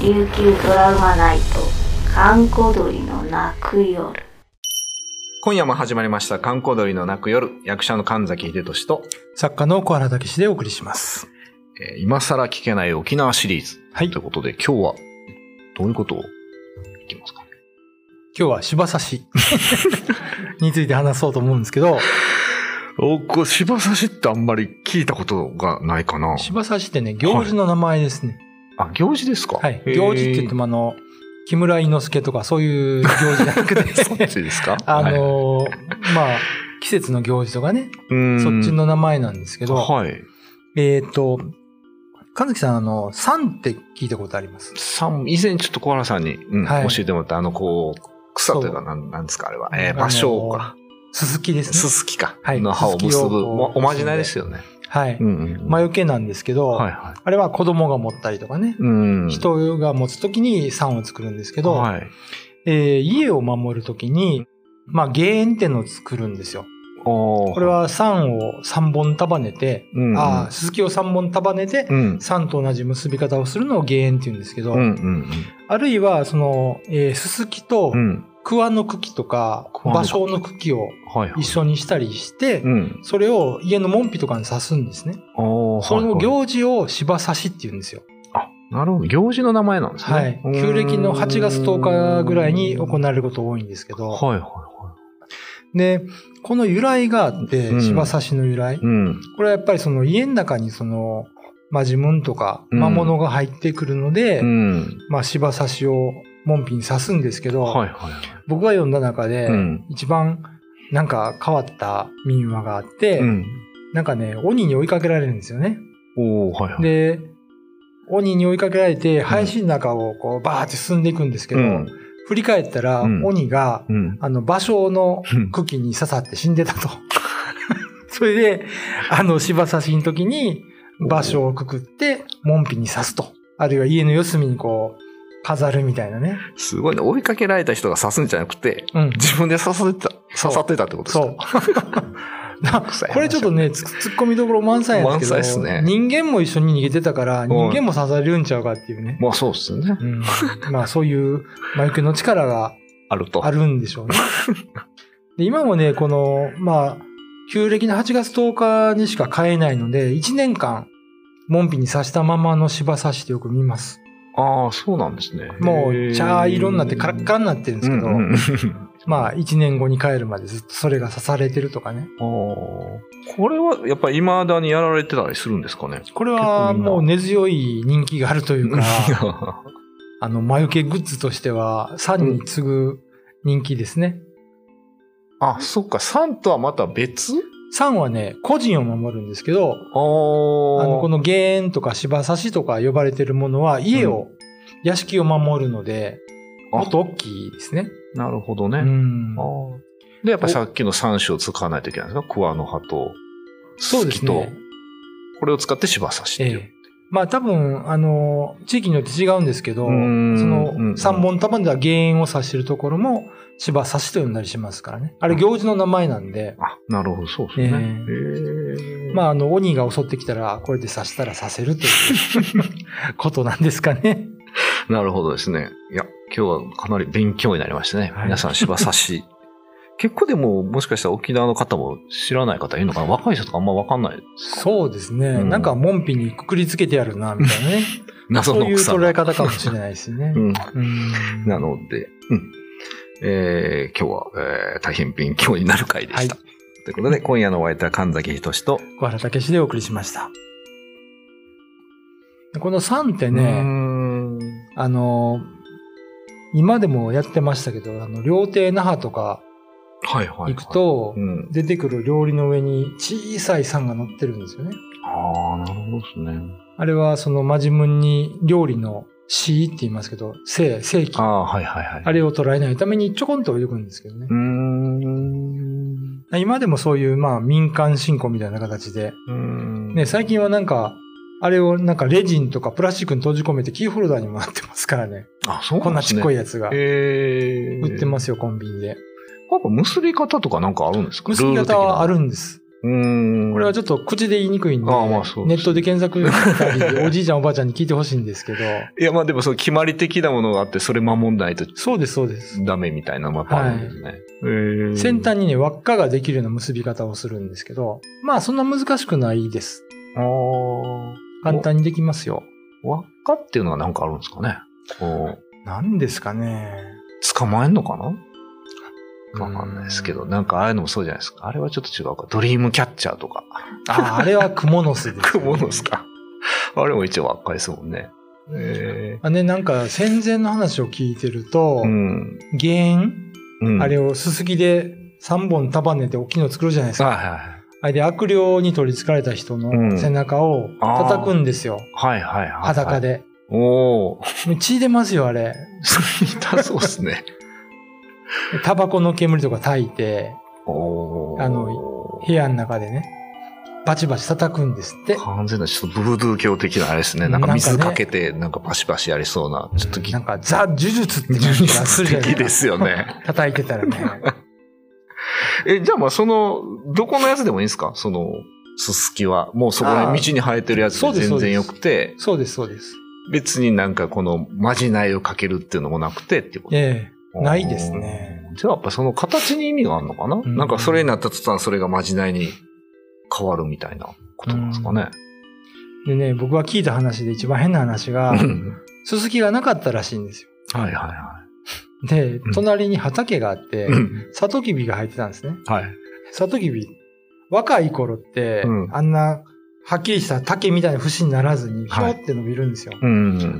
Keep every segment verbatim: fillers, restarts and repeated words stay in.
琉球ドラマナイト閑古鳥の泣く夜。 今夜も始まりました閑古鳥の泣く夜、役者の神崎秀俊と作家の小原武史でお送りします。 えー、今更聞けない沖縄シリーズ、はい、ということで今日はどういうことをいきますか。 今日は柴刺しについて話そうと思うんですけど、 僕柴刺しってあんまり聞いたことがないかな。 柴刺しってね、行事の名前ですね。 はい、あ、行事ですか。 はい。行事って言ってもあの木村伊之助とかそういう行事じゃなくてそっちですか。 あのー、はい、まあ季節の行事とかね、そっちの名前なんですけど、はい、えっと神崎さん、あの山って聞いたことあります？ 山、以前ちょっと小原さんに、うん、はい、教えてもらったあのこう草というかなんなんですかあれは、えー、芭蕉か。 ススキですね。 ススキか。はい。の葉を結ぶおまじないですよね。 はい。うんうん、魔除けなんですけど、はいはい、あれは子供が持ったりとかね、うん、人が持つときに山を作るんですけど、はい、えー、家を守るときに、まあ、芸縁っていうのを作るんですよ。これは山をさんぼん束ねて、うんうん、ああ、ススキをさんぼん束ねて、うん、山と同じ結び方をするのを芸縁って言うんですけど、うんうんうん、あるいは、その、えー、ススキと、うん桑の茎とか、芭蕉の茎を一緒にしたりして、はいはいうん、それを家の門扉とかに刺すんですね。その行事を柴刺しって言うんですよ。 あ、なるほど。行事の名前なんですね。 はい。旧暦のはちがつとおかぐらいに行われることが多いんですけど。 はいはいはい。 で、この由来があって、柴刺しの由来、うん。これはやっぱりその家の中にその、まあ自分とか魔物が入ってくるので、うん、まあ柴刺しを門扉に刺すんですけど、はいはい、僕が読んだ中で、うん、一番なんか変わった民話があって、うん、なんかね、鬼に追いかけられるんですよね。 おはいはい、 で、鬼に追いかけられて、林の中をこうバーって進んでいくんですけど、うん、振り返ったら、うん、鬼が、うん、あの、芭蕉の茎に刺さって死んでたと。それで、あの、柴刺しの時に、芭蕉をくくって、門扉に刺すと。あるいは家の四隅にこう、飾るみたいなね。 すごいね。追いかけられた人が刺すんじゃなくて、うん、自分で刺さってた、刺さってたってことですか？ そう。これちょっとね、突っ込みどころ満載なんですけど、満載ですね。人間も一緒に逃げてたから、人間も刺されるんちゃうかっていうね。 まあそうですよね。うん、 まあそういう魔除けの力があると。あるんでしょうね。で今もね、この、まあ、旧暦のはちがつとおかにしか買えないので、いちねんかん、門扉に刺したままの柴刺しってよく見ます。 ああ、そうなんですね。 もう茶色になってカラッカラになってるんですけど、うんうん、まあいちねんごに帰るまでずっとそれが刺されてるとかね。ああ、 これはやっぱり未だにやられてたりするんですかね。 これはもう根強い人気があるというか、あの魔除けグッズとしては山に次ぐ人気ですね。 うん、あ、そっか、山とはまた別？ 山はね、個人を守るんですけど、あの、この芸縁とか柴刺しとか呼ばれてるものは家を、うん、屋敷を守るので、もっと大きいですね。 なるほどね。うん、で、やっぱりさっきの三種を使わないといけないんですか？桑の葉と、 そうですね。 これを使って柴刺しっていう。ええ、 まあ多分、あの、地域によって違うんですけど、その三本束では芸縁を指しているところも柴刺しと呼んだりしますからね。あれ行事の名前なんで。 あ、なるほど、そうですね。えー、まああの、鬼が襲ってきたら、これで刺したら刺せるということなんですかね。 なるほどですね。いや、今日はかなり勉強になりましたね。はい、皆さん柴刺し。結構でも、もしかしたら沖縄の方も知らない方いるのかな？若い人とかあんま分かんないですか？ そうですね。うん、なんか門扉にくくりつけてやるな、みたいなね。謎の草。そういう捉え方かもしれないですね。うん、 うんなので、うんえー、今日は、えー、大変勉強になる回でした。はい、ということで、今夜のお相手は神崎仁と小原武史でお送りしました。この山ってね、あの、今でもやってましたけど、あの、料亭那覇とか、 はいはいはい、 行くと、うん、出てくる料理の上に小さい山が乗ってるんですよね。 ああ、なるほどですね。 あれはその真自分に料理の死って言いますけど、生、生気。 ああ、はいはいはい。 あれを捉えないためにちょこんと置いてくるんですけどね。うーん今でもそういうまあ民間信仰みたいな形で、うーんね、最近はなんか、あれをなんかレジンとかプラスチックに閉じ込めてキーホルダーにもなってますからね。 あ、そうなんですね。 こんなちっこいやつが。へー売ってますよ、コンビニで。 なんか結び方とかなんかあるんですか？ 結び方はあるんです。 うーん。 これはちょっと口で言いにくいんで、ああまあそうネットで検索したり、おじいちゃんおばあちゃんに聞いてほしいんですけど。 いや、まあでもその決まり的なものがあって、それ守んないと。 そうです、そうです。 ダメみたいなのがあるんですね。はい、 へ先端にね、輪っかができるような結び方をするんですけど、まあそんな難しくないです。あ簡単にできますよ。 輪っかっていうのは何かあるんですかね。こう。 何ですかね。 捕まえんのかなわかんないですけど、なんかああいうのもそうじゃないですか。あれはちょっと違うか。ドリームキャッチャーとか。 ああ、あれはクモの巣です、 ね。クモの巣か。あれも一応輪っかですもんね。 えー、あね、なんか戦前の話を聞いてると、うん、原因、うん、あれをすすきでさんぼん束ねて大きいの作るじゃないですか。はいはい、あれで悪霊に取り憑かれた人の背中を叩くんですよ。うん、はいはいはい、はい。裸で。おー。血出ますよ、あれ。 痛そうですね。 タバコの煙とか焚いて、あの、部屋の中でね、バチバチ叩くんですって。 完全な、ちょっとブードゥー教的なあれですね。なんか水かけて、なんかバシバシやりそうな。ちょっと、 なんかザ・呪術って感じがするじゃないですか。 ですよね。 叩いてたらね。 え、じゃあまあその、どこのやつでもいいんですかその、すすきは。もうそこら道に生えてるやつで全然よくて。 そうです、そうです。 別になんかこの、まじないをかけるっていうのもなくてっていうこと。 ええ。ないですね。 じゃあやっぱその形に意味があるのかな、うん、なんかそれになった途端それがまじないに変わるみたいなことなんですかね。 うん、でね、僕が聞いた話で一番変な話が、すすきがなかったらしいんですよ。 はいはいはい。 で、隣に畑があって、うん、サトキビが入ってたんですね。はい。サトキビ、若い頃って、うん、あんなはっきりした竹みたいな節にならずに、ひょって伸びるんですよ。はい、うん、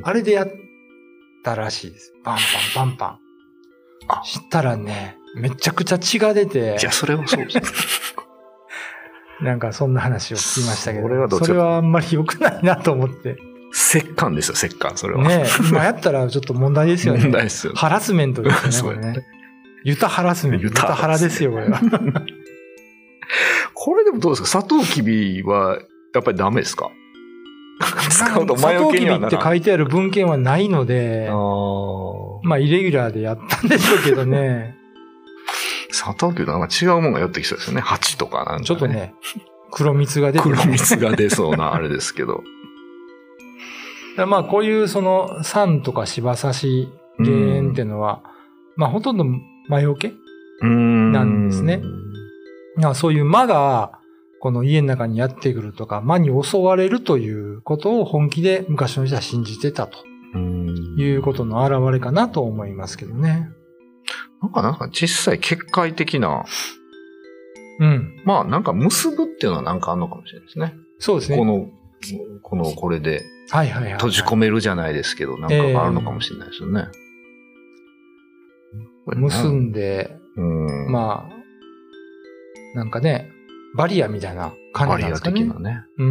あれでやったらしいです。パンパンパンパン。したらね、めちゃくちゃ血が出て。 いや、それはそうです。 なんかそんな話を聞きましたけど、それはどっちかそれはあんまり良くないなと思って。 折檻ですよ、折檻、それは。 ねえ、今やったらちょっと問題ですよね。 問題ですよ、ね。 ハラスメントですよね、これね。ユタハラスメント。ユタハラですよ、これは。 これでもどうですかサトウキビは、やっぱりダメですか使うと魔除けにはならん。サトウキビって書いてある文献はないので、あまあ、イレギュラーでやったんでしょうけどね。 サトウキビとなんか違うものが寄ってきそうですよね。蜂とかなんか、ね。 ちょっとね、黒蜜が出て黒蜜が出そうなあれですけど。 まあ、こういうその酸とか芝刺し原因っていうのは、まあ、ほとんど魔除けなんですね。まあ、そういう魔が、この家の中にやってくるとか、魔に襲われるということを本気で昔の人は信じてたということの表れかなと思いますけどね。 なんかなんか実際結界的な、 うん。 まあなんか結ぶっていうのはなんかあるのかもしれないですね。 そうですね。 この、この、これで、 はいはいはい。 閉じ込めるじゃないですけど、なんかがあるのかもしれないですよね。 えー、結んで、うん、まあ、なんかね、バリアみたいな感じなんですかね。 バリア的なね。 うん。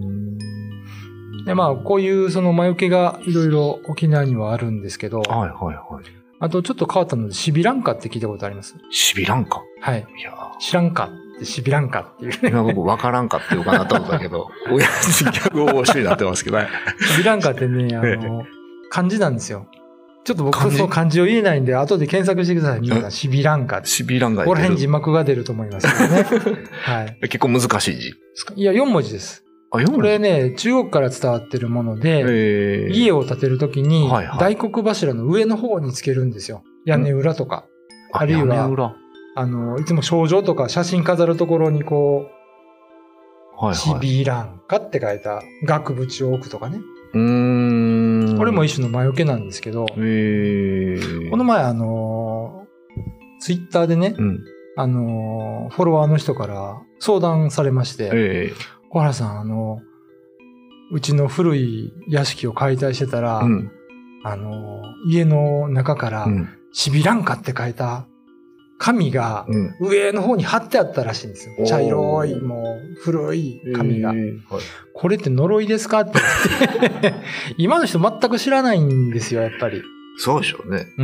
で、まあ、こういうその魔除けがいろいろ沖縄にはあるんですけど。 はいはいはい。 あとちょっと変わったので、シビランカって聞いたことあります？ シビランカ？ はい。いや知らんかってシビランカっていう、ね。 今僕わからんかっていうかなと思ったけど、親父ギャグ応酬になってますけどね。 シビランカってね、あの、漢字なんですよ。ちょっと僕その漢字を言えないんで、後で検索してください。みんな、シビランカ。 シビランカ。 ここら辺字幕が出ると思いますけどね。はい。 結構難しい字ですか？ いや、よん文字です。 あ、よん文字？ これね、中国から伝わってるもので、えー、家を建てるときに、大黒柱の上の方につけるんですよ。屋根裏とか。あるいは、あの、いつも賞状とか写真飾るところにこう、はいはい、シビランカって書いた額縁を置くとかね。うーんこれも一種の魔除けなんですけど、えー、この前あの、ツイッターでね、うん、あの、フォロワーの人から相談されまして、えー、小原さん、あの、うちの古い屋敷を解体してたら、うん、あの、家の中から、シビランカって書いた紙が上の方に貼ってあったらしいんですよ。うん、茶色い、もう古い紙が。えーはい、これって呪いですかって言って。今の人全く知らないんですよ、やっぱり。 そうでしょうね。うん。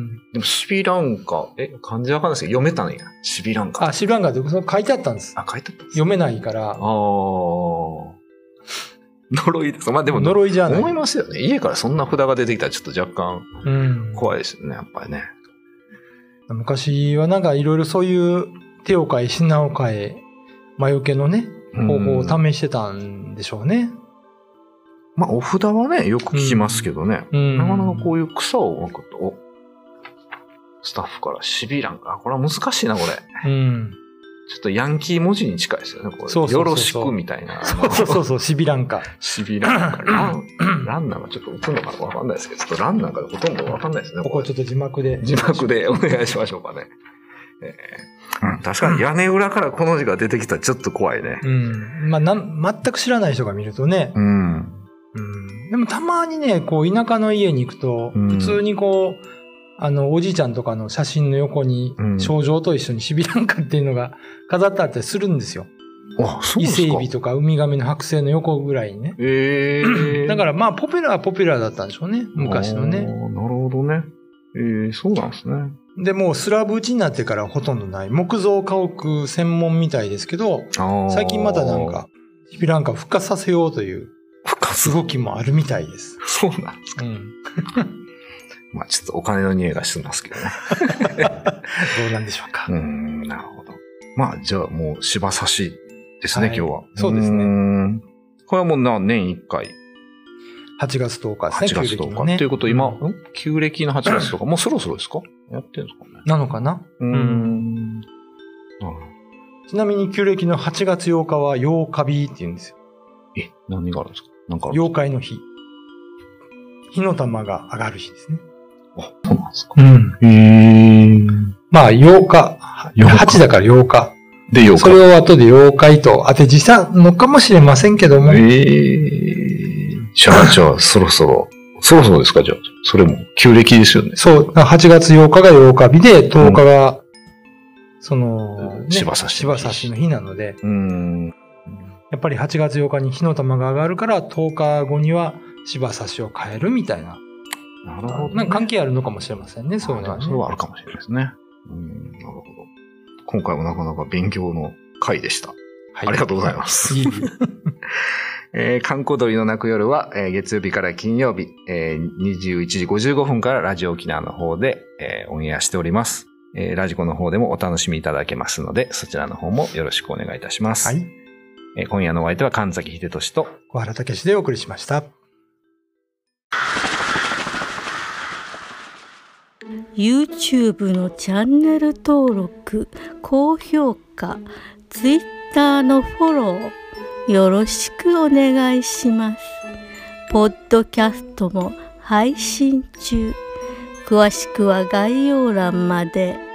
でもシビランカ、え、漢字わかんないですけど、読めたんや。シビランカ。 あ、シビランカってその書いてあったんです。 あ、書いてあったんです。 読めないから。ああ。 呪いですか。まあでも、 呪いじゃない。 思いますよね。家からそんな札が出てきたらちょっと若干怖いですよね、やっぱりね。 昔はなんかいろいろそういう手を変え品を変え、魔除けのね、方法を試してたんでしょうね。 まあ、お札はね、よく聞きますけどね。うん、なかなかこういう草を巻くと、スタッフからシビランか。これは難しいな、これ。うん。ちょっとヤンキー文字に近いですよね、これ。そうそうそうそう。よろしくみたいな。 そうそうそうそう、シビランカ。 シビランカ。ラン、ランなんかちょっと打つのかわかんないですけど、ちょっとランなんかほとんどわかんないですね。 ここちょっと字幕で。 字幕でお願いしましょうかね。えーうん、確かに屋根裏からこの字が出てきたらちょっと怖いね。 うん。まあ、なん、全く知らない人が見るとね。うん。うん。でもたまにね、こう、田舎の家に行くと、普通にこう、あの、おじいちゃんとかの写真の横に、賞状と一緒にシビランカっていうのが飾ってあったりするんですよ。 あ、そうですか。 伊勢海老とかウミガメの剥製の横ぐらいにね。へー。だからまあ、ポピュラーはポピュラーだったんでしょうね。昔のね。 なるほどね。えー、そうなんですね。 で、もうスラブ打ちになってからほとんどない。木造家屋専門みたいですけど、最近またなんか、シビランカを復活させようという動きもあるみたいです。 そうなんですか。うん。まあちょっとお金の匂いがしますけどね。 どうなんでしょうか。 うん、なるほど。まあじゃあもう芝刺しですね、はい、今日は。 そうですね。 これはもうな年いっかい。 はちがつとおかですね。 はちがつとおか。ね、ということ今、うん、旧暦のはちがつとか、もうそろそろですか？やってるんですかね。 なのかな？うん。ちなみに旧暦のはちがつようかはようか日って言うんですよ。 え、何があるんですか？なんか妖怪の日。火の玉が上がる日ですね。 あ、そうなんですか。 うん。へー。まあ、ようか。はちだからようか。 で、ようか。 それを後で妖怪と当て字したのかもしれませんけども。 えー。じゃあ、じゃあ、そろそろ、そろそろですか、じゃあ。それも、旧暦ですよね。 そう。はちがつようかがようか日で、とおかが、うん、その、ね、 芝刺し。 芝刺しの日なので。うん。やっぱりはちがつようかに火の玉が上がるから、とおかごには芝刺しを変えるみたいな。 なるほど、ね。 なんか関係あるのかもしれませんね、そういうのは、ね。 それはあるかもしれないですね。うん、なるほど。今回もなかなか勉強の回でした。はい、ありがとうございます。いいえー、観光鳥の鳴く夜は、えー、月曜日から金曜日、えー、にじゅういちじごじゅうごふんからラジオ沖縄の方で、えー、オンエアしております、えー。ラジコの方でもお楽しみいただけますので、そちらの方もよろしくお願いいたします。はい。えー、今夜のお相手は神崎秀俊と小原武史でお送りしました。 YouTube のチャンネル登録、高評価、Twitter のフォロー、よろしくお願いします。ポッドキャストも配信中。詳しくは概要欄まで。